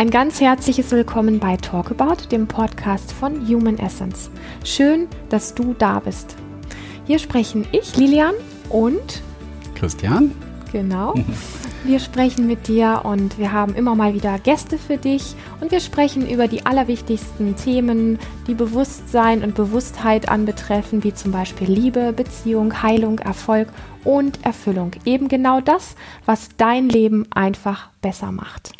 Ein ganz herzliches Willkommen bei Talk About, dem Podcast von Human Essence. Schön, dass du da bist. Hier sprechen ich, Lilian, und Christian. Genau. Wir sprechen mit dir und wir haben immer mal wieder Gäste für dich und wir sprechen über die allerwichtigsten Themen, die Bewusstsein und Bewusstheit anbetreffen, wie zum Beispiel Liebe, Beziehung, Heilung, Erfolg und Erfüllung. Eben genau das, was dein Leben einfach besser macht.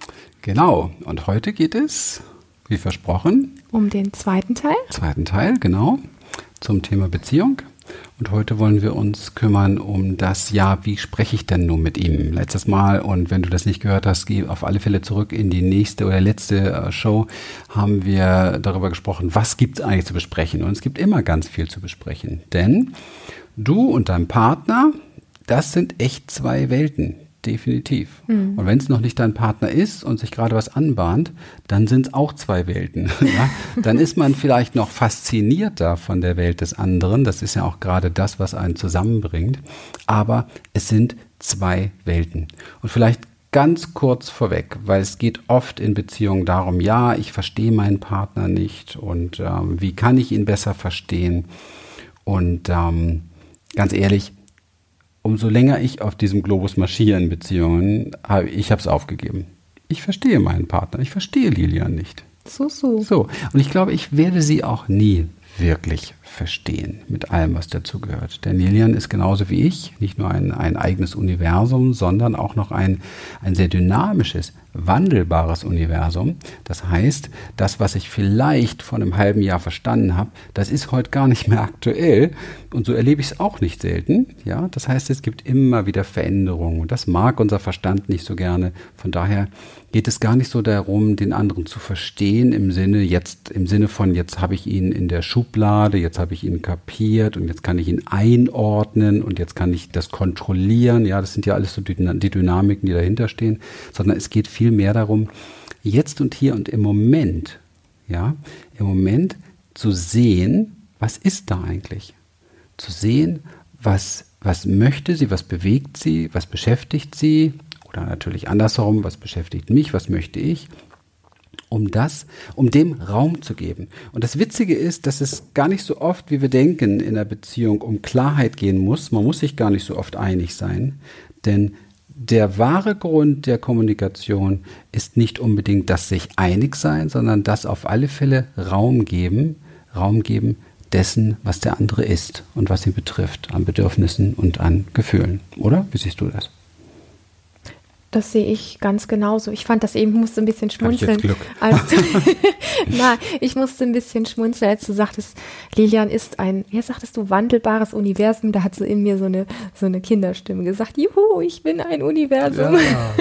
Genau. Und heute geht es, wie versprochen, um den zweiten Teil. Genau, zum Thema Beziehung. Und heute wollen wir uns kümmern um das, wie spreche ich denn nun mit ihm? Letztes Mal, und wenn du das nicht gehört hast, geh auf alle Fälle zurück in die nächste oder letzte Show, haben wir darüber gesprochen, was gibt es eigentlich zu besprechen? Und es gibt immer ganz viel zu besprechen, denn du und dein Partner, das sind echt zwei Welten. Definitiv. Und wenn es noch nicht dein Partner ist und sich gerade was anbahnt, dann sind es auch zwei Welten. Ja? Dann ist man vielleicht noch faszinierter von der Welt des anderen. Das ist ja auch gerade das, was einen zusammenbringt. Aber es sind zwei Welten. Und vielleicht ganz kurz vorweg, weil es geht oft in Beziehungen darum, ich verstehe meinen Partner nicht und wie kann ich ihn besser verstehen? Und ganz ehrlich, umso länger ich auf diesem Globus marschiere in Beziehungen, habe ich es aufgegeben. Ich verstehe meinen Partner, ich verstehe Lilian nicht. So. Und ich glaube, ich werde sie auch nie wirklich verstehen mit allem, was dazu gehört. Denn Lilian ist genauso wie ich, nicht nur ein eigenes Universum, sondern auch noch ein sehr dynamisches, wandelbares Universum. Das heißt, das, was ich vielleicht vor einem halben Jahr verstanden habe, das ist heute gar nicht mehr aktuell. Und so erlebe ich es auch nicht selten. Ja, das heißt, es gibt immer wieder Veränderungen. Und das mag unser Verstand nicht so gerne. Von daher geht es gar nicht so darum, den anderen zu verstehen im Sinne von, jetzt habe ich ihn in der Schublade, jetzt habe ich ihn kapiert und jetzt kann ich ihn einordnen und jetzt kann ich das kontrollieren. Ja, das sind ja alles so die Dynamiken, die dahinter stehen. Sondern es geht viel mehr darum, jetzt und hier und im Moment zu sehen, was ist da eigentlich? Zu sehen, was möchte sie, was bewegt sie, was beschäftigt sie oder natürlich andersherum, was beschäftigt mich, was möchte ich, um dem Raum zu geben. Und das Witzige ist, dass es gar nicht so oft, wie wir denken, in einer Beziehung um Klarheit gehen muss. Man muss sich gar nicht so oft einig sein, denn der wahre Grund der Kommunikation ist nicht unbedingt das sich einig sein, sondern das auf alle Fälle Raum geben dessen, was der andere ist und was ihn betrifft, an Bedürfnissen und an Gefühlen. Oder? Wie siehst du das? Das sehe ich ganz genauso. Ich fand das eben, musste ein bisschen schmunzeln. Hab ich jetzt Glück? Ich musste ein bisschen schmunzeln, als du sagtest, Lilian ist ein, wandelbares Universum. Da hat so in mir so eine Kinderstimme gesagt, juhu, ich bin ein Universum. Ja.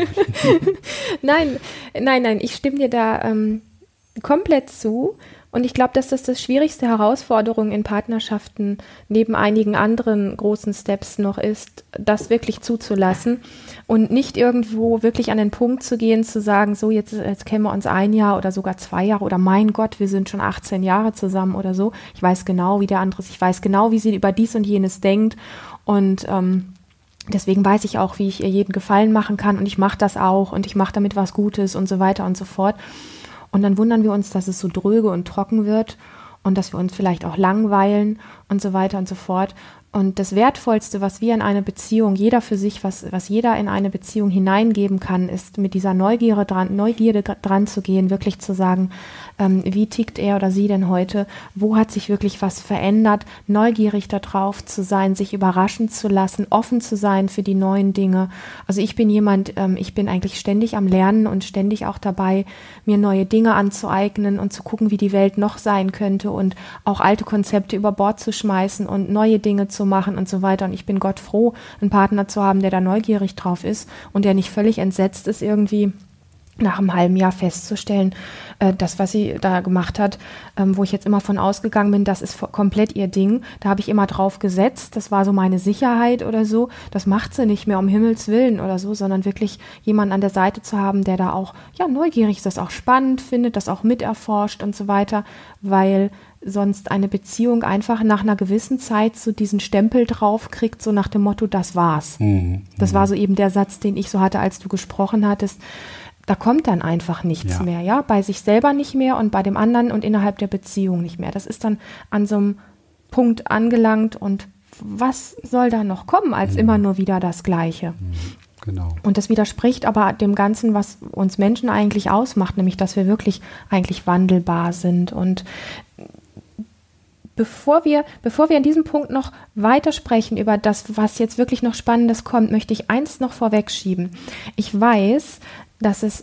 Nein, ich stimme dir da komplett zu. Und ich glaube, dass das schwierigste Herausforderung in Partnerschaften neben einigen anderen großen Steps noch ist, das wirklich zuzulassen und nicht irgendwo wirklich an den Punkt zu gehen, zu sagen, so jetzt kennen wir uns 1 Jahr oder sogar 2 Jahre oder mein Gott, wir sind schon 18 Jahre zusammen oder so. Ich weiß genau, wie der andere ist, ich weiß genau, wie sie über dies und jenes denkt und deswegen weiß ich auch, wie ich ihr jeden Gefallen machen kann und ich mache das auch und ich mache damit was Gutes und so weiter und so fort. Und dann wundern wir uns, dass es so dröge und trocken wird und dass wir uns vielleicht auch langweilen und so weiter und so fort. Und das Wertvollste, was wir in eine Beziehung, jeder für sich, was jeder in eine Beziehung hineingeben kann, ist mit dieser Neugierde dran zu gehen, wirklich zu sagen, wie tickt er oder sie denn heute, wo hat sich wirklich was verändert, neugierig darauf zu sein, sich überraschen zu lassen, offen zu sein für die neuen Dinge. Also ich bin ich bin eigentlich ständig am Lernen und ständig auch dabei, mir neue Dinge anzueignen und zu gucken, wie die Welt noch sein könnte und auch alte Konzepte über Bord zu schmeißen und neue Dinge zu machen und so weiter. Und ich bin Gott froh, einen Partner zu haben, der da neugierig drauf ist und der nicht völlig entsetzt ist, irgendwie nach einem halben Jahr festzustellen, das, was sie da gemacht hat, wo ich jetzt immer von ausgegangen bin, das ist komplett ihr Ding. Da habe ich immer drauf gesetzt, das war so meine Sicherheit oder so. Das macht sie nicht mehr, um Himmels Willen oder so, sondern wirklich jemanden an der Seite zu haben, der da auch neugierig ist, das auch spannend findet, das auch miterforscht und so weiter, weil sonst eine Beziehung einfach nach einer gewissen Zeit so diesen Stempel drauf kriegt, so nach dem Motto, das war's. Das war so eben der Satz, den ich so hatte, als du gesprochen hattest. da kommt dann einfach nichts mehr, ja, bei sich selber nicht mehr und bei dem anderen und innerhalb der Beziehung nicht mehr. Das ist dann an so einem Punkt angelangt und was soll da noch kommen, als immer nur wieder das Gleiche? Genau. Und das widerspricht aber dem Ganzen, was uns Menschen eigentlich ausmacht, nämlich, dass wir wirklich eigentlich wandelbar sind. Und bevor wir an diesem Punkt noch weitersprechen über das, was jetzt wirklich noch Spannendes kommt, möchte ich eins noch vorwegschieben. Ich weiß, dass es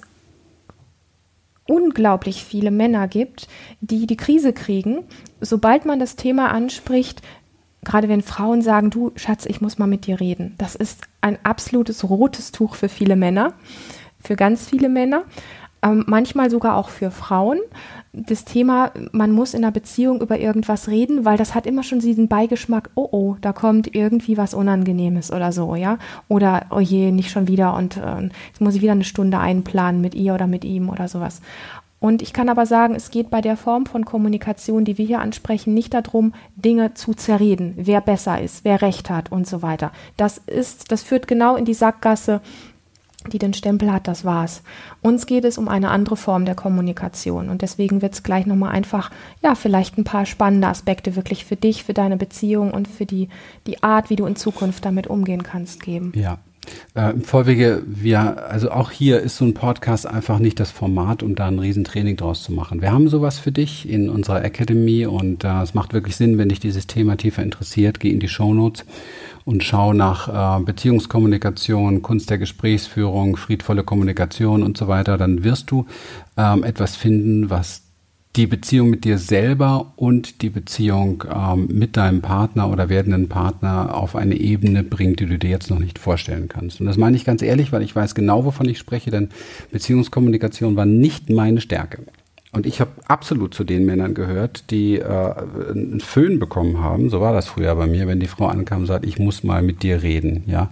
unglaublich viele Männer gibt, die die Krise kriegen, sobald man das Thema anspricht, gerade wenn Frauen sagen, du Schatz, ich muss mal mit dir reden. Das ist ein absolutes rotes Tuch für viele Männer, für ganz viele Männer, manchmal sogar auch für Frauen. Das Thema, man muss in einer Beziehung über irgendwas reden, weil das hat immer schon diesen Beigeschmack, oh, da kommt irgendwie was Unangenehmes oder so, ja. Oder, oh je, nicht schon wieder und jetzt muss ich wieder eine Stunde einplanen mit ihr oder mit ihm oder sowas. Und ich kann aber sagen, es geht bei der Form von Kommunikation, die wir hier ansprechen, nicht darum, Dinge zu zerreden, wer besser ist, wer Recht hat und so weiter. Das führt genau in die Sackgasse, die den Stempel hat, das war's. Uns geht es um eine andere Form der Kommunikation und deswegen wird es gleich nochmal einfach, vielleicht ein paar spannende Aspekte wirklich für dich, für deine Beziehung und für die Art, wie du in Zukunft damit umgehen kannst, geben. Ja. Im Vorwege, also auch hier ist so ein Podcast einfach nicht das Format, um da ein Riesentraining draus zu machen. Wir haben sowas für dich in unserer Academy und es macht wirklich Sinn, wenn dich dieses Thema tiefer interessiert, geh in die Shownotes und schau nach Beziehungskommunikation, Kunst der Gesprächsführung, friedvolle Kommunikation und so weiter. Dann wirst du etwas finden, was die Beziehung mit dir selber und die Beziehung mit deinem Partner oder werdenden Partner auf eine Ebene bringt, die du dir jetzt noch nicht vorstellen kannst. Und das meine ich ganz ehrlich, weil ich weiß genau, wovon ich spreche, denn Beziehungskommunikation war nicht meine Stärke. Und ich habe absolut zu den Männern gehört, die einen Föhn bekommen haben, so war das früher bei mir, wenn die Frau ankam und sagt, ich muss mal mit dir reden, ja.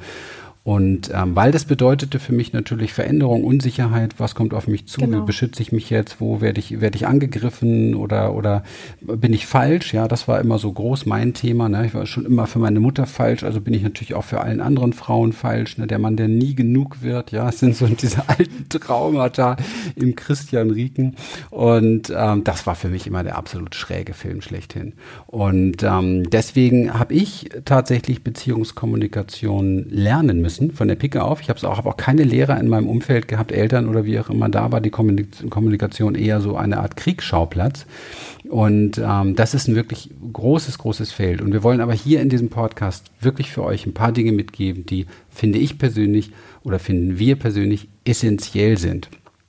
Und weil das bedeutete für mich natürlich Veränderung, Unsicherheit, was kommt auf mich zu, Wie beschütze ich mich jetzt, wo werde ich angegriffen oder bin ich falsch? Ja, das war immer so groß mein Thema. Ne? Ich war schon immer für meine Mutter falsch, also bin ich natürlich auch für allen anderen Frauen falsch. Ne? Der Mann, der nie genug wird, ja, es sind so diese alten Traumata im Christian Rieken. Und das war für mich immer der absolut schräge Film schlechthin. Und deswegen habe ich tatsächlich Beziehungskommunikation lernen müssen. Von der Pike auf. Ich habe auch keine Lehrer in meinem Umfeld gehabt, Eltern oder wie auch immer. Da war die Kommunikation eher so eine Art Kriegsschauplatz. Und das ist ein wirklich großes Feld. Und wir wollen aber hier in diesem Podcast wirklich für euch ein paar Dinge mitgeben, die, finde ich persönlich oder finden wir persönlich essentiell sind.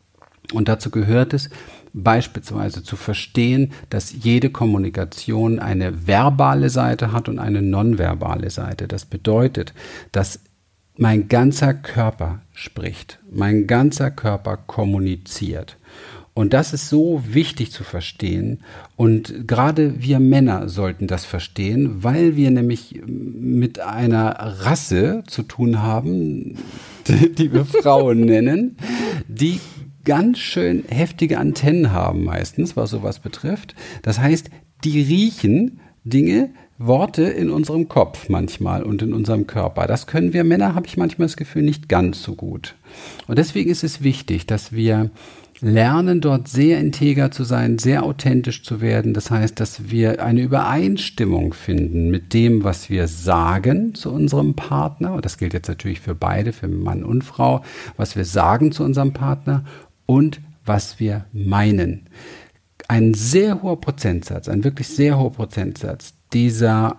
Und dazu gehört es, beispielsweise zu verstehen, dass jede Kommunikation eine verbale Seite hat und eine nonverbale Seite. Das bedeutet, dass mein ganzer Körper spricht, mein ganzer Körper kommuniziert. Und das ist so wichtig zu verstehen. Und gerade wir Männer sollten das verstehen, weil wir nämlich mit einer Rasse zu tun haben, die wir Frauen nennen, die ganz schön heftige Antennen haben meistens, was sowas betrifft. Das heißt, die riechen Dinge, Worte in unserem Kopf manchmal und in unserem Körper. Das können wir Männer, habe ich manchmal das Gefühl, nicht ganz so gut. Und deswegen ist es wichtig, dass wir lernen, dort sehr integer zu sein, sehr authentisch zu werden. Das heißt, dass wir eine Übereinstimmung finden mit dem, was wir sagen zu unserem Partner. Und das gilt jetzt natürlich für beide, für Mann und Frau, was wir sagen zu unserem Partner und was wir meinen. Ein sehr hoher Prozentsatz, ein wirklich sehr hoher Prozentsatz dieser,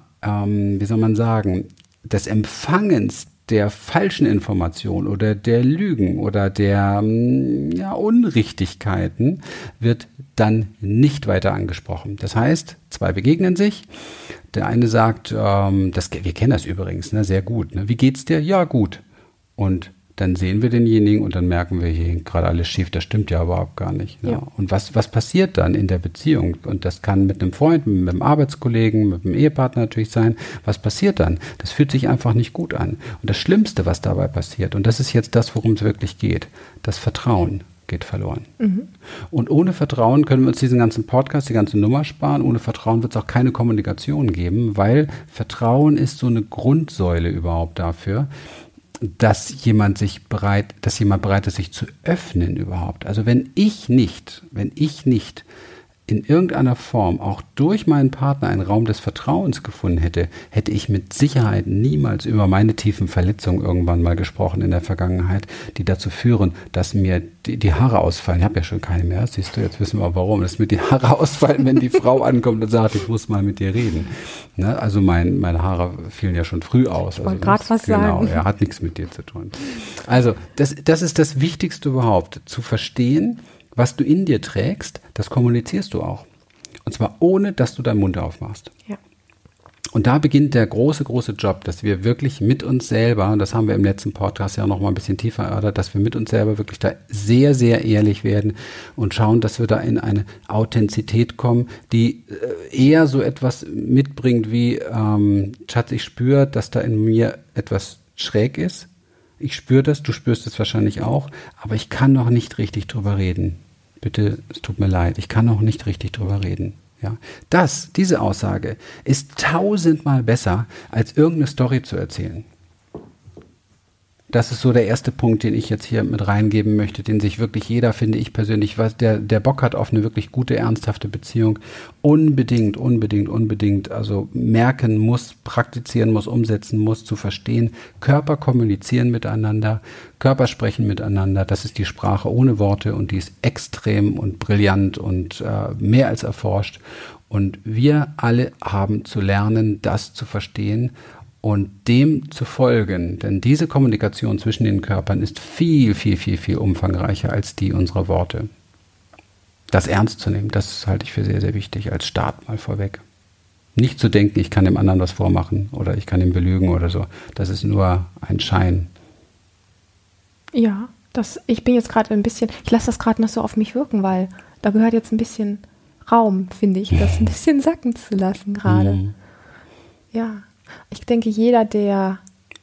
des Empfangens der falschen Information oder der Lügen oder der Unrichtigkeiten wird dann nicht weiter angesprochen. Das heißt, zwei begegnen sich. Der eine sagt, wir kennen das übrigens, ne, sehr gut. Ne? Wie geht's dir? Ja, gut. Und dann sehen wir denjenigen und dann merken wir, hier gerade alles schief, das stimmt ja überhaupt gar nicht. Ne? Ja. Und was passiert dann in der Beziehung? Und das kann mit einem Freund, mit einem Arbeitskollegen, mit einem Ehepartner natürlich sein. Was passiert dann? Das fühlt sich einfach nicht gut an. Und das Schlimmste, was dabei passiert, und das ist jetzt das, worum es wirklich geht, das Vertrauen geht verloren. Mhm. Und ohne Vertrauen können wir uns diesen ganzen Podcast, die ganze Nummer sparen. Ohne Vertrauen wird es auch keine Kommunikation geben, weil Vertrauen ist so eine Grundsäule überhaupt dafür, dass jemand bereit ist, sich zu öffnen überhaupt. Also wenn ich nicht in irgendeiner Form auch durch meinen Partner einen Raum des Vertrauens gefunden hätte, hätte ich mit Sicherheit niemals über meine tiefen Verletzungen irgendwann mal gesprochen in der Vergangenheit, die dazu führen, dass mir die Haare ausfallen. Ich habe ja schon keine mehr, siehst du, jetzt wissen wir warum. Dass mir die Haare ausfallen, wenn die Frau ankommt und sagt, ich muss mal mit dir reden. Ne? Also meine Haare fielen ja schon früh aus. Ich wollte gerade was sagen. Genau, er hat nichts mit dir zu tun. Also das ist das Wichtigste überhaupt, zu verstehen, was du in dir trägst, das kommunizierst du auch. Und zwar ohne, dass du deinen Mund aufmachst. Ja. Und da beginnt der große, große Job, dass wir wirklich mit uns selber, und das haben wir im letzten Podcast ja noch mal ein bisschen tiefer erörtert, dass wir mit uns selber wirklich da sehr, sehr ehrlich werden und schauen, dass wir da in eine Authentizität kommen, die eher so etwas mitbringt wie, Schatz, ich spüre, dass da in mir etwas schräg ist. Ich spüre das, du spürst es wahrscheinlich auch, aber ich kann noch nicht richtig drüber reden. Bitte, es tut mir leid, ich kann noch nicht richtig drüber reden. Ja, diese Aussage ist 1000-mal besser, als irgendeine Story zu erzählen. Das ist so der erste Punkt, den ich jetzt hier mit reingeben möchte, den sich wirklich jeder, finde ich persönlich, der Bock hat auf eine wirklich gute, ernsthafte Beziehung, unbedingt, also merken muss, praktizieren muss, umsetzen muss, zu verstehen. Körper kommunizieren miteinander, Körper sprechen miteinander, das ist die Sprache ohne Worte und die ist extrem und brillant und mehr als erforscht. Und wir alle haben zu lernen, das zu verstehen und dem zu folgen, denn diese Kommunikation zwischen den Körpern ist viel, viel, viel, viel umfangreicher als die unserer Worte. Das ernst zu nehmen, das halte ich für sehr, sehr wichtig als Start mal vorweg. Nicht zu denken, ich kann dem anderen was vormachen oder ich kann ihn belügen oder so. Das ist nur ein Schein. Ja, ich bin jetzt gerade ich lasse das gerade noch so auf mich wirken, weil da gehört jetzt ein bisschen Raum, finde ich, das ein bisschen sacken zu lassen gerade. Ja. Ich denke, jeder, der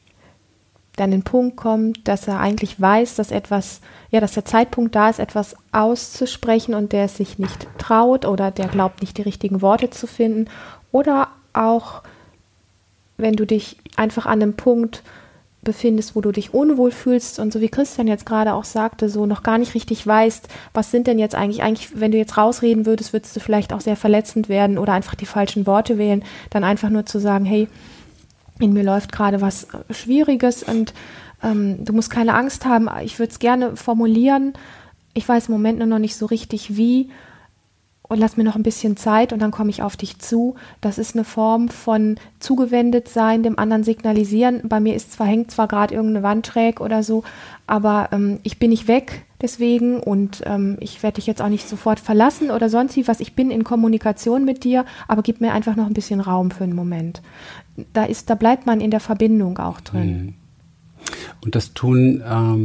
an den Punkt kommt, dass er eigentlich weiß, dass dass der Zeitpunkt da ist, etwas auszusprechen und der es sich nicht traut oder der glaubt, nicht die richtigen Worte zu finden, oder auch, wenn du dich einfach an einem Punkt befindest, wo du dich unwohl fühlst und so wie Christian jetzt gerade auch sagte, so noch gar nicht richtig weißt, was sind denn jetzt eigentlich, wenn du jetzt rausreden würdest du vielleicht auch sehr verletzend werden oder einfach die falschen Worte wählen, dann einfach nur zu sagen, hey, in mir läuft gerade was Schwieriges und du musst keine Angst haben, ich würde es gerne formulieren, ich weiß im Moment nur noch nicht so richtig wie und lass mir noch ein bisschen Zeit und dann komme ich auf dich zu. Das ist eine Form von zugewendet sein, dem anderen signalisieren. Bei mir hängt zwar gerade irgendeine Wand schräg oder so, aber ich bin nicht weg deswegen und ich werde dich jetzt auch nicht sofort verlassen oder sonst wie was. Ich bin in Kommunikation mit dir, aber gib mir einfach noch ein bisschen Raum für einen Moment. Da bleibt man in der Verbindung auch drin. Und das tun,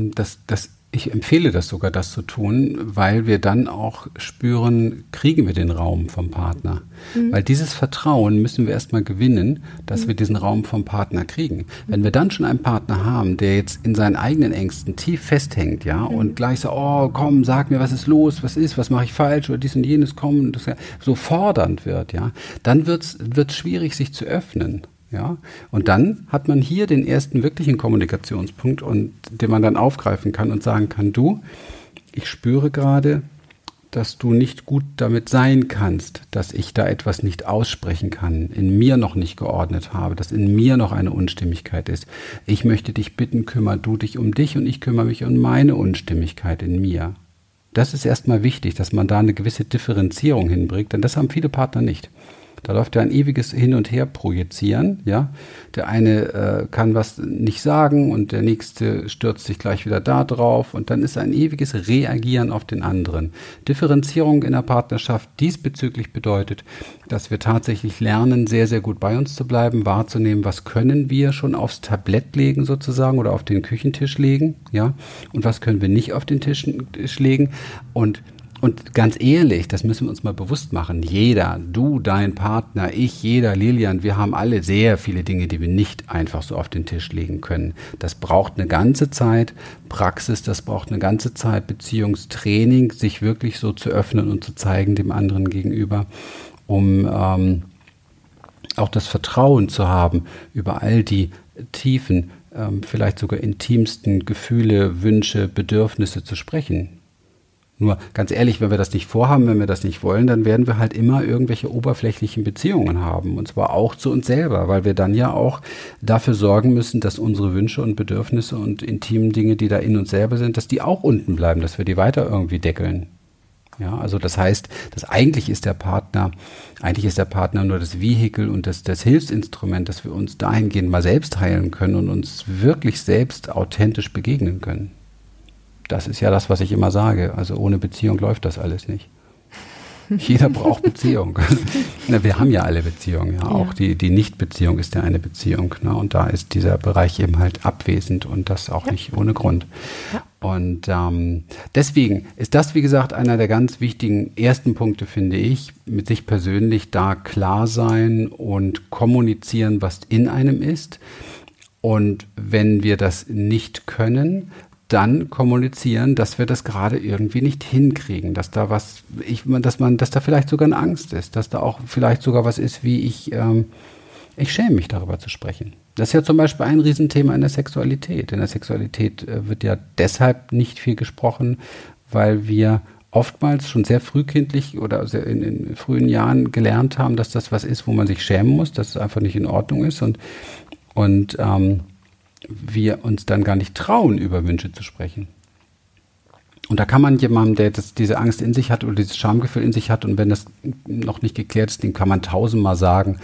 ich empfehle das sogar, das zu tun, weil wir dann auch spüren, kriegen wir den Raum vom Partner. Weil dieses Vertrauen müssen wir erstmal gewinnen, dass wir diesen Raum vom Partner kriegen. Wenn wir dann schon einen Partner haben, der jetzt in seinen eigenen Ängsten tief festhängt, ja, und gleich so, oh, komm, sag mir, was ist los, was mache ich falsch oder dies und jenes, komm, und das so fordernd wird, ja, dann wird's schwierig, sich zu öffnen. Ja, und dann hat man hier den ersten wirklichen Kommunikationspunkt, den man dann aufgreifen kann und sagen kann, du, ich spüre gerade, dass du nicht gut damit sein kannst, dass ich da etwas nicht aussprechen kann, in mir noch nicht geordnet habe, dass in mir noch eine Unstimmigkeit ist. Ich möchte dich bitten, kümmere du dich um dich und ich kümmere mich um meine Unstimmigkeit in mir. Das ist erstmal wichtig, dass man da eine gewisse Differenzierung hinbringt, denn das haben viele Partner nicht. Da läuft ja ein ewiges Hin- und Her-Projizieren, ja. Der eine kann was nicht sagen und der nächste stürzt sich gleich wieder da drauf und dann ist ein ewiges Reagieren auf den anderen. Differenzierung in der Partnerschaft diesbezüglich bedeutet, dass wir tatsächlich lernen, sehr, sehr gut bei uns zu bleiben, wahrzunehmen, was können wir schon aufs Tablett legen sozusagen oder auf den Küchentisch legen, ja, und was können wir nicht auf den Tisch legen und ganz ehrlich, das müssen wir uns mal bewusst machen, jeder, du, dein Partner, ich, jeder, Lilian, wir haben alle sehr viele Dinge, die wir nicht einfach so auf den Tisch legen können. Das braucht eine ganze Zeit Praxis, das braucht eine ganze Zeit Beziehungstraining, sich wirklich so zu öffnen und zu zeigen dem anderen gegenüber, um auch das Vertrauen zu haben über all die tiefen vielleicht sogar intimsten Gefühle, Wünsche, Bedürfnisse zu sprechen. Nur ganz ehrlich, wenn wir das nicht vorhaben, wenn wir das nicht wollen, dann werden wir halt immer irgendwelche oberflächlichen Beziehungen haben. Und zwar auch zu uns selber, weil wir dann ja auch dafür sorgen müssen, dass unsere Wünsche und Bedürfnisse und intimen Dinge, die da in uns selber sind, dass die auch unten bleiben, dass wir die weiter irgendwie deckeln. Ja, also das heißt, dass eigentlich ist der Partner nur das Vehikel und das Hilfsinstrument, dass wir uns dahingehend mal selbst heilen können und uns wirklich selbst authentisch begegnen können. Das ist ja das, was ich immer sage. Also ohne Beziehung läuft das alles nicht. Jeder braucht Beziehung. Wir haben ja alle Beziehungen. Ja. Auch die Nicht-Beziehung ist ja eine Beziehung. Ne? Und da ist dieser Bereich eben halt abwesend und das auch nicht ohne Grund. Ja. Und deswegen ist das, wie gesagt, einer der ganz wichtigen ersten Punkte, finde ich, mit sich persönlich da klar sein und kommunizieren, was in einem ist. Und wenn wir das nicht können, dann kommunizieren, dass wir das gerade irgendwie nicht hinkriegen, dass da dass da vielleicht sogar eine Angst ist, dass da auch vielleicht sogar was ist, wie ich schäme mich darüber zu sprechen. Das ist ja zum Beispiel ein Riesenthema in der Sexualität. In der Sexualität wird ja deshalb nicht viel gesprochen, weil wir oftmals schon sehr frühkindlich oder in frühen Jahren gelernt haben, dass das was ist, wo man sich schämen muss, dass es einfach nicht in Ordnung ist und wir uns dann gar nicht trauen, über Wünsche zu sprechen. Und da kann man jemandem, der diese Angst in sich hat oder dieses Schamgefühl in sich hat und wenn das noch nicht geklärt ist, dem kann man tausendmal sagen,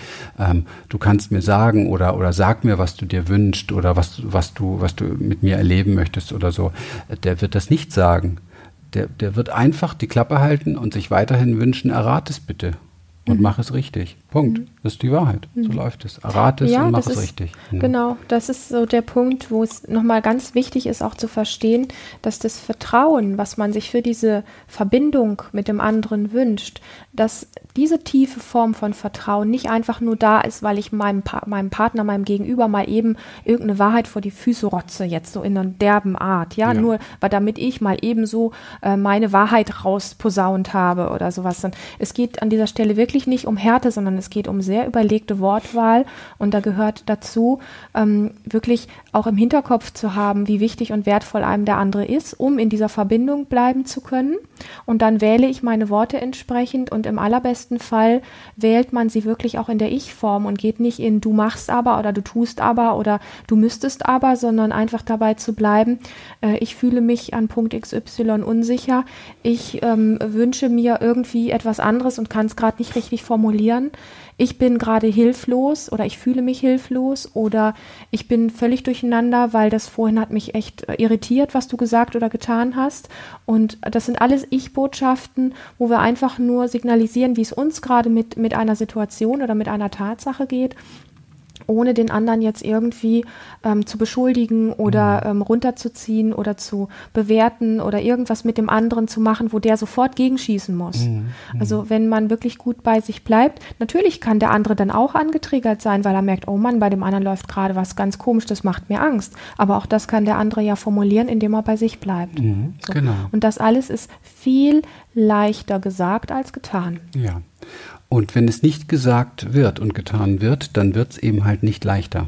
du kannst mir sagen oder sag mir, was du dir wünschst oder was du mit mir erleben möchtest oder so. Der wird das nicht sagen. Der wird einfach die Klappe halten und sich weiterhin wünschen, errate es bitte. Und mach es richtig. Punkt. Das ist die Wahrheit. So läuft es. Errate es und mach es richtig. Genau, das ist so der Punkt, wo es nochmal ganz wichtig ist, auch zu verstehen, dass das Vertrauen, was man sich für diese Verbindung mit dem anderen wünscht, dass diese tiefe Form von Vertrauen nicht einfach nur da ist, weil ich meinem Partner, meinem Gegenüber mal eben irgendeine Wahrheit vor die Füße rotze, jetzt so in einer derben Art, ja. Nur damit ich mal eben so meine Wahrheit rausposaunt habe oder sowas. Es geht an dieser Stelle wirklich nicht um Härte, sondern es geht um sehr überlegte Wortwahl und da gehört dazu, wirklich auch im Hinterkopf zu haben, wie wichtig und wertvoll einem der andere ist, um in dieser Verbindung bleiben zu können. Und dann wähle ich meine Worte entsprechend und im allerbesten Fall wählt man sie wirklich auch in der Ich-Form und geht nicht in du machst aber oder du tust aber oder du müsstest aber, sondern einfach dabei zu bleiben, ich fühle mich an Punkt XY unsicher, ich wünsche mir irgendwie etwas anderes und kann es gerade nicht richtig formulieren. Ich bin gerade hilflos oder ich fühle mich hilflos oder ich bin völlig durcheinander, weil das vorhin hat mich echt irritiert, was du gesagt oder getan hast. Und das sind alles Ich-Botschaften, wo wir einfach nur signalisieren, wie es uns gerade mit einer Situation oder mit einer Tatsache geht, ohne den anderen jetzt irgendwie zu beschuldigen oder runterzuziehen oder zu bewerten oder irgendwas mit dem anderen zu machen, wo der sofort gegenschießen muss. Also wenn man wirklich gut bei sich bleibt, natürlich kann der andere dann auch angetriggert sein, weil er merkt, oh Mann, bei dem anderen läuft gerade was ganz komisch, das macht mir Angst. Aber auch das kann der andere ja formulieren, indem er bei sich bleibt. So. Genau. Und das alles ist viel leichter gesagt als getan. Ja. Und wenn es nicht gesagt wird und getan wird, dann wird es eben halt nicht leichter.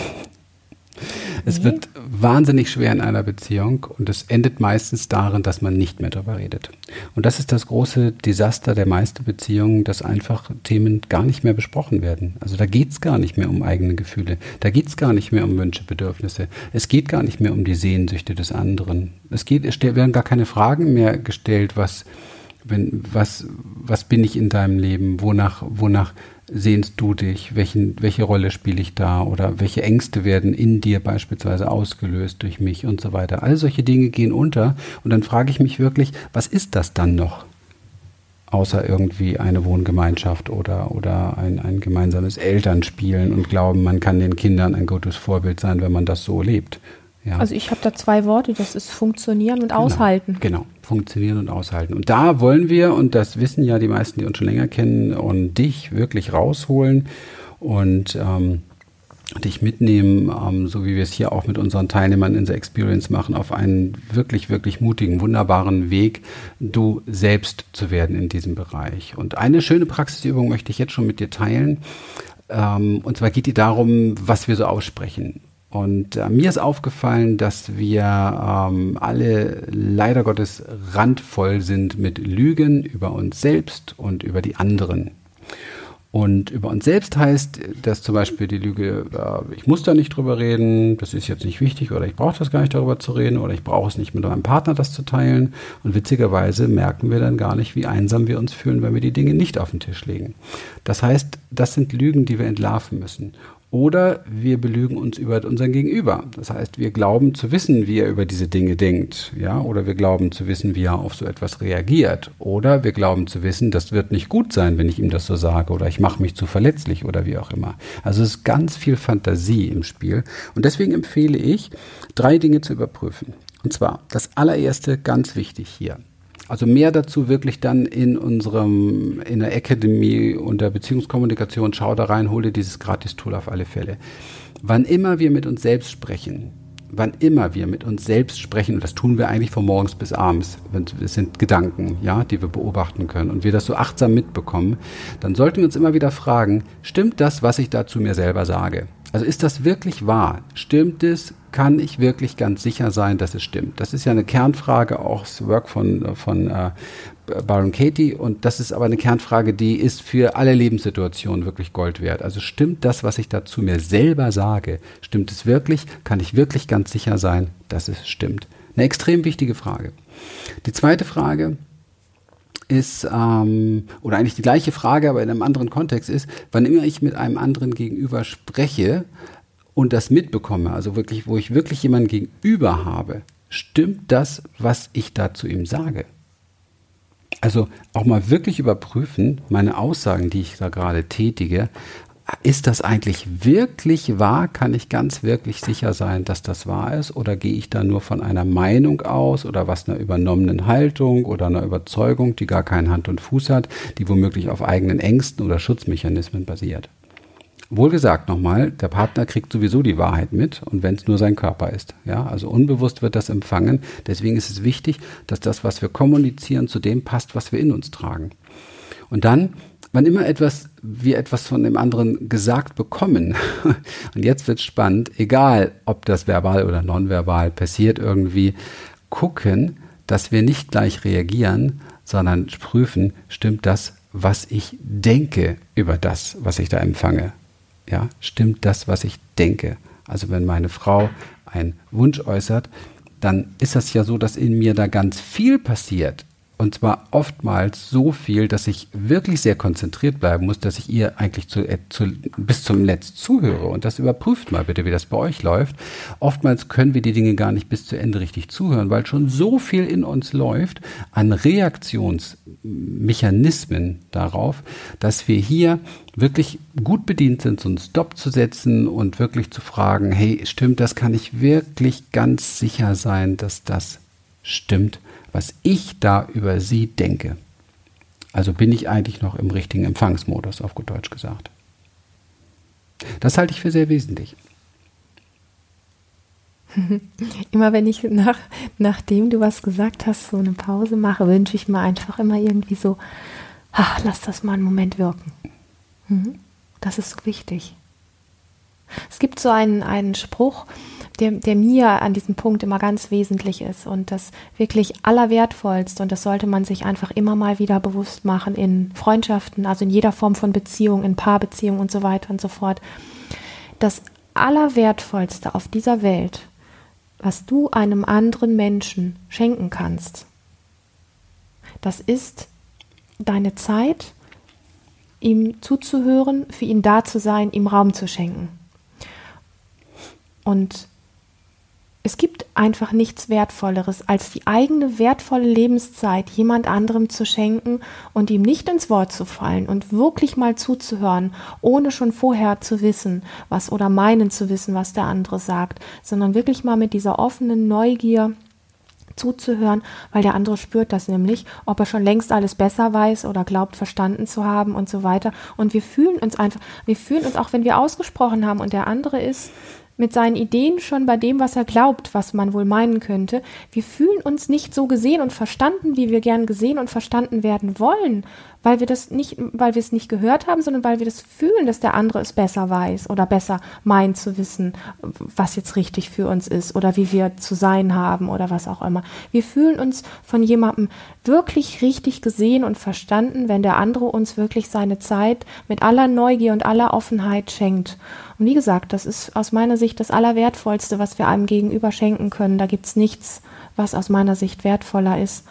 Es wird wahnsinnig schwer in einer Beziehung und es endet meistens darin, dass man nicht mehr darüber redet. Und das ist das große Desaster der meisten Beziehungen, dass einfach Themen gar nicht mehr besprochen werden. Also da geht es gar nicht mehr um eigene Gefühle. Da geht es gar nicht mehr um Wünsche, Bedürfnisse. Es geht gar nicht mehr um die Sehnsüchte des anderen. Es werden gar keine Fragen mehr gestellt, was bin ich in deinem Leben? Wonach sehnst du dich? Welche Rolle spiele ich da? Oder welche Ängste werden in dir beispielsweise ausgelöst durch mich und so weiter? All solche Dinge gehen unter. Und dann frage ich mich wirklich, was ist das dann noch? Außer irgendwie eine Wohngemeinschaft oder ein gemeinsames Elternspielen und glauben, man kann den Kindern ein gutes Vorbild sein, wenn man das so lebt. Ja. Also ich habe da 2 Worte, das ist funktionieren und aushalten. Genau, funktionieren und aushalten. Und da wollen wir, und das wissen ja die meisten, die uns schon länger kennen, und dich wirklich rausholen und dich mitnehmen, so wie wir es hier auch mit unseren Teilnehmern in The Experience machen, auf einen wirklich, wirklich mutigen, wunderbaren Weg, du selbst zu werden in diesem Bereich. Und eine schöne Praxisübung möchte ich jetzt schon mit dir teilen. Und zwar geht die darum, was wir so aussprechen. Und mir ist aufgefallen, dass wir alle leider Gottes randvoll sind mit Lügen über uns selbst und über die anderen. Und über uns selbst heißt, dass zum Beispiel die Lüge, ich muss da nicht drüber reden, das ist jetzt nicht wichtig oder ich brauche das gar nicht darüber zu reden oder ich brauche es nicht mit meinem Partner, das zu teilen. Und witzigerweise merken wir dann gar nicht, wie einsam wir uns fühlen, wenn wir die Dinge nicht auf den Tisch legen. Das heißt, das sind Lügen, die wir entlarven müssen. Oder wir belügen uns über unseren Gegenüber. Das heißt, wir glauben zu wissen, wie er über diese Dinge denkt. Ja? Oder wir glauben zu wissen, wie er auf so etwas reagiert. Oder wir glauben zu wissen, das wird nicht gut sein, wenn ich ihm das so sage. Oder ich mache mich zu verletzlich oder wie auch immer. Also es ist ganz viel Fantasie im Spiel. Und deswegen empfehle ich, 3 Dinge zu überprüfen. Und zwar, das allererste, ganz wichtig hier. Also mehr dazu wirklich dann in der Academy unter Beziehungskommunikation, schau da rein, hol dir dieses Gratis-Tool auf alle Fälle. Wann immer wir mit uns selbst sprechen, und das tun wir eigentlich von morgens bis abends, es sind Gedanken, ja, die wir beobachten können und wir das so achtsam mitbekommen, dann sollten wir uns immer wieder fragen, stimmt das, was ich da zu mir selber sage? Also ist das wirklich wahr? Stimmt es? Kann ich wirklich ganz sicher sein, dass es stimmt? Das ist ja eine Kernfrage, auch das Work von Byron Katie. Und das ist aber eine Kernfrage, die ist für alle Lebenssituationen wirklich Gold wert. Also stimmt das, was ich da zu mir selber sage? Stimmt es wirklich? Kann ich wirklich ganz sicher sein, dass es stimmt? Eine extrem wichtige Frage. Die zweite Frage ist, oder eigentlich die gleiche Frage, aber in einem anderen Kontext ist, wann immer ich mit einem anderen gegenüber spreche und das mitbekomme, also wirklich, wo ich wirklich jemanden gegenüber habe, stimmt das, was ich da zu ihm sage? Also auch mal wirklich überprüfen, meine Aussagen, die ich da gerade tätige, ist das eigentlich wirklich wahr? Kann ich ganz wirklich sicher sein, dass das wahr ist? Oder gehe ich da nur von einer Meinung aus oder einer übernommenen Haltung oder einer Überzeugung, die gar keinen Hand und Fuß hat, die womöglich auf eigenen Ängsten oder Schutzmechanismen basiert? Wohlgesagt nochmal, der Partner kriegt sowieso die Wahrheit mit und wenn es nur sein Körper ist. Ja, also unbewusst wird das empfangen. Deswegen ist es wichtig, dass das, was wir kommunizieren, zu dem passt, was wir in uns tragen. Und dann, wann immer wir etwas von dem anderen gesagt bekommen, und jetzt wird es spannend, egal ob das verbal oder nonverbal passiert irgendwie, gucken, dass wir nicht gleich reagieren, sondern prüfen, stimmt das, was ich denke über das, was ich da empfange? Ja, stimmt das, was ich denke? Also wenn meine Frau einen Wunsch äußert, dann ist das ja so, dass in mir da ganz viel passiert. Und zwar oftmals so viel, dass ich wirklich sehr konzentriert bleiben muss, dass ich ihr eigentlich bis zum Letzt zuhöre. Und das überprüft mal bitte, wie das bei euch läuft. Oftmals können wir die Dinge gar nicht bis zu Ende richtig zuhören, weil schon so viel in uns läuft an Reaktionsmechanismen darauf, dass wir hier wirklich gut bedient sind, so einen Stopp zu setzen und wirklich zu fragen, hey, stimmt das? Kann ich wirklich ganz sicher sein, dass das stimmt, was ich da über sie denke? Also bin ich eigentlich noch im richtigen Empfangsmodus, auf gut Deutsch gesagt. Das halte ich für sehr wesentlich. Immer wenn ich nachdem du was gesagt hast, so eine Pause mache, wünsche ich mir einfach immer irgendwie so, lass das mal einen Moment wirken. Das ist so wichtig. Es gibt so einen Spruch, der mir an diesem Punkt immer ganz wesentlich ist und das wirklich Allerwertvollste, und das sollte man sich einfach immer mal wieder bewusst machen in Freundschaften, also in jeder Form von Beziehung, in Paarbeziehungen und so weiter und so fort. Das Allerwertvollste auf dieser Welt, was du einem anderen Menschen schenken kannst, das ist deine Zeit, ihm zuzuhören, für ihn da zu sein, ihm Raum zu schenken. Und es gibt einfach nichts Wertvolleres, als die eigene wertvolle Lebenszeit jemand anderem zu schenken und ihm nicht ins Wort zu fallen und wirklich mal zuzuhören, ohne schon vorher zu wissen, was oder meinen zu wissen, was der andere sagt, sondern wirklich mal mit dieser offenen Neugier zuzuhören, weil der andere spürt das nämlich, ob er schon längst alles besser weiß oder glaubt, verstanden zu haben und so weiter. Und wir fühlen uns auch, wenn wir ausgesprochen haben und der andere ist mit seinen Ideen schon bei dem, was er glaubt, was man wohl meinen könnte. Wir fühlen uns nicht so gesehen und verstanden, wie wir gern gesehen und verstanden werden wollen, weil wir es nicht gehört haben, sondern weil wir das fühlen, dass der andere es besser weiß oder besser meint zu wissen, was jetzt richtig für uns ist oder wie wir zu sein haben oder was auch immer. Wir fühlen uns von jemandem wirklich richtig gesehen und verstanden, wenn der andere uns wirklich seine Zeit mit aller Neugier und aller Offenheit schenkt. Und wie gesagt, das ist aus meiner Sicht das Allerwertvollste, was wir einem Gegenüber schenken können. Da gibt es nichts, was aus meiner Sicht wertvoller ist.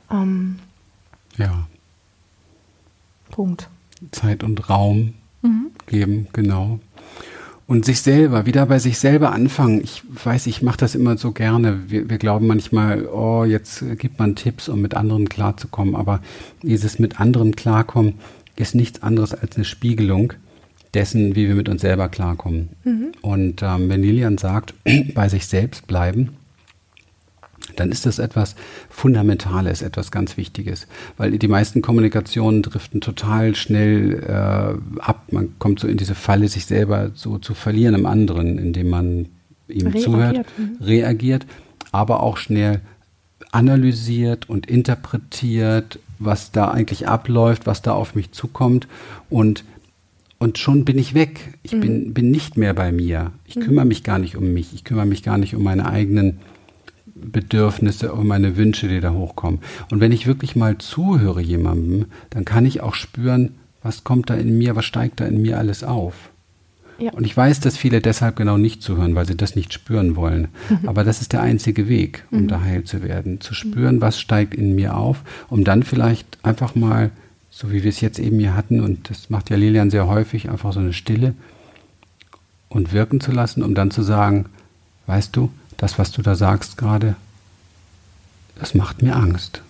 Ja. Punkt. Zeit und Raum geben, genau. Und sich selber, wieder bei sich selber anfangen. Ich weiß, ich mache das immer so gerne. Wir glauben manchmal, oh, jetzt gibt man Tipps, um mit anderen klarzukommen. Aber dieses mit anderen klarkommen ist nichts anderes als eine Spiegelung dessen, wie wir mit uns selber klarkommen. Und wenn Lilian sagt, bei sich selbst bleiben, dann ist das etwas Fundamentales, etwas ganz Wichtiges. Weil die meisten Kommunikationen driften total schnell ab. Man kommt so in diese Falle, sich selber so zu verlieren im anderen, indem man ihm zuhört, reagiert, aber auch schnell analysiert und interpretiert, was da eigentlich abläuft, was da auf mich zukommt. Und schon bin ich weg. Ich bin nicht mehr bei mir. Ich kümmere mich gar nicht um mich. Ich kümmere mich gar nicht um meine eigenen Bedürfnisse, um meine Wünsche, die da hochkommen. Und wenn ich wirklich mal zuhöre jemandem, dann kann ich auch spüren, was kommt da in mir, was steigt da in mir alles auf. Ja. Und ich weiß, dass viele deshalb genau nicht zuhören, weil sie das nicht spüren wollen. Aber das ist der einzige Weg, um da heil zu werden. Zu spüren, was steigt in mir auf, um dann vielleicht einfach mal, so wie wir es jetzt eben hier hatten, und das macht ja Lilian sehr häufig, einfach so eine Stille und wirken zu lassen, um dann zu sagen, weißt du, das, was du da sagst gerade, das macht mir Angst.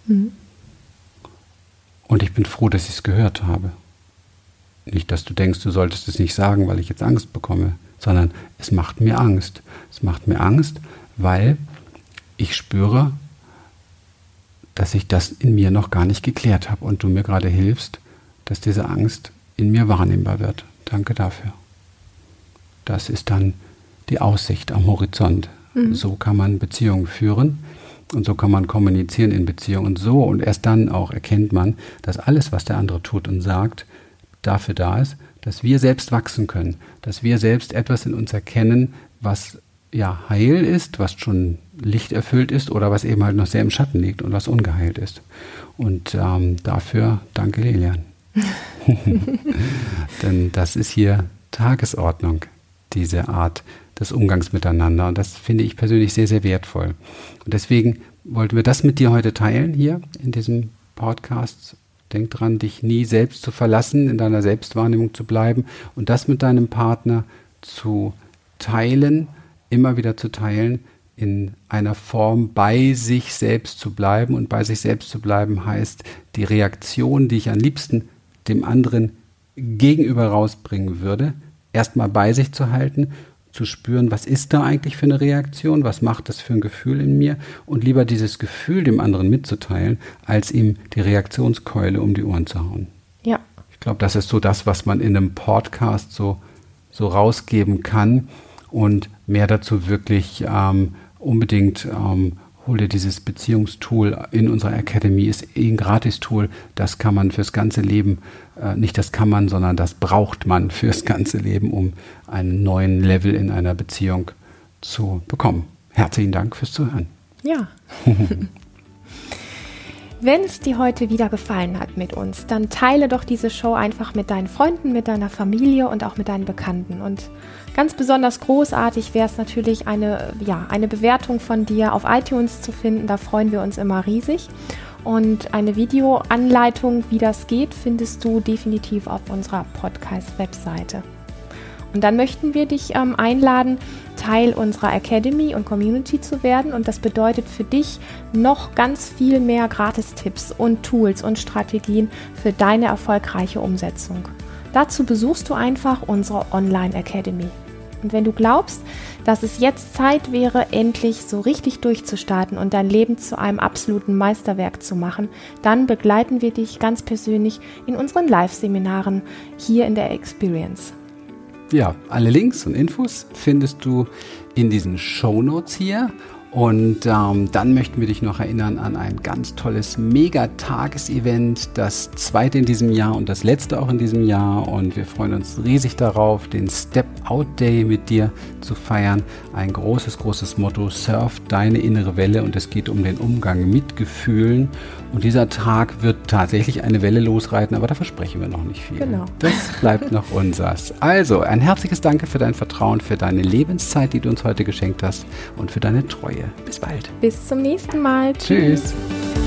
Und ich bin froh, dass ich es gehört habe. Nicht, dass du denkst, du solltest es nicht sagen, weil ich jetzt Angst bekomme, sondern es macht mir Angst. Es macht mir Angst, weil ich spüre, dass ich das in mir noch gar nicht geklärt habe und du mir gerade hilfst, dass diese Angst in mir wahrnehmbar wird. Danke dafür. Das ist dann die Aussicht am Horizont. So kann man Beziehungen führen und so kann man kommunizieren in Beziehungen. Und erst dann auch erkennt man, dass alles, was der andere tut und sagt, dafür da ist, dass wir selbst wachsen können, dass wir selbst etwas in uns erkennen, was ja heil ist, was schon lichterfüllt ist oder was eben halt noch sehr im Schatten liegt und was ungeheilt ist. Und dafür danke Lilian. Denn das ist hier Tagesordnung, diese Art des Umgangs miteinander. Und das finde ich persönlich sehr, sehr wertvoll. Und deswegen wollten wir das mit dir heute teilen hier in diesem Podcast. Denk dran, dich nie selbst zu verlassen, in deiner Selbstwahrnehmung zu bleiben und das mit deinem Partner zu teilen, immer wieder zu teilen, in einer Form bei sich selbst zu bleiben. Und bei sich selbst zu bleiben heißt, die Reaktion, die ich am liebsten dem anderen gegenüber rausbringen würde, erstmal bei sich zu halten, zu spüren, was ist da eigentlich für eine Reaktion, was macht das für ein Gefühl in mir und lieber dieses Gefühl dem anderen mitzuteilen, als ihm die Reaktionskeule um die Ohren zu hauen. Ja. Ich glaube, das ist so das, was man in einem Podcast so rausgeben kann und mehr dazu wirklich unbedingt hol dir dieses Beziehungstool in unserer Academy, ist ein Gratis-Tool, das kann man fürs ganze Leben, nicht das kann man, sondern das braucht man fürs ganze Leben, um einen neuen Level in einer Beziehung zu bekommen. Herzlichen Dank fürs Zuhören. Ja. Wenn es dir heute wieder gefallen hat mit uns, dann teile doch diese Show einfach mit deinen Freunden, mit deiner Familie und auch mit deinen Bekannten. Und ganz besonders großartig wäre es natürlich, eine Bewertung von dir auf iTunes zu finden. Da freuen wir uns immer riesig. Und eine Videoanleitung, wie das geht, findest du definitiv auf unserer Podcast-Webseite. Und dann möchten wir dich einladen, Teil unserer Academy und Community zu werden. Und das bedeutet für dich noch ganz viel mehr Gratistipps und Tools und Strategien für deine erfolgreiche Umsetzung. Dazu besuchst du einfach unsere Online-Academy. Und wenn du glaubst, dass es jetzt Zeit wäre, endlich so richtig durchzustarten und dein Leben zu einem absoluten Meisterwerk zu machen, dann begleiten wir dich ganz persönlich in unseren Live-Seminaren hier in der Experience. Ja, alle Links und Infos findest du in diesen Shownotes hier Und dann möchten wir dich noch erinnern an ein ganz tolles Mega-Tages-Event, das zweite in diesem Jahr und das letzte auch in diesem Jahr. Und wir freuen uns riesig darauf, den Step-Out-Day mit dir zu feiern. Ein großes, großes Motto, surf deine innere Welle, und es geht um den Umgang mit Gefühlen. Und dieser Tag wird tatsächlich eine Welle losreiten, aber da versprechen wir noch nicht viel. Genau. Das bleibt noch unsers. Also, ein herzliches Danke für dein Vertrauen, für deine Lebenszeit, die du uns heute geschenkt hast, und für deine Treue. Bis bald. Bis zum nächsten Mal. Tschüss.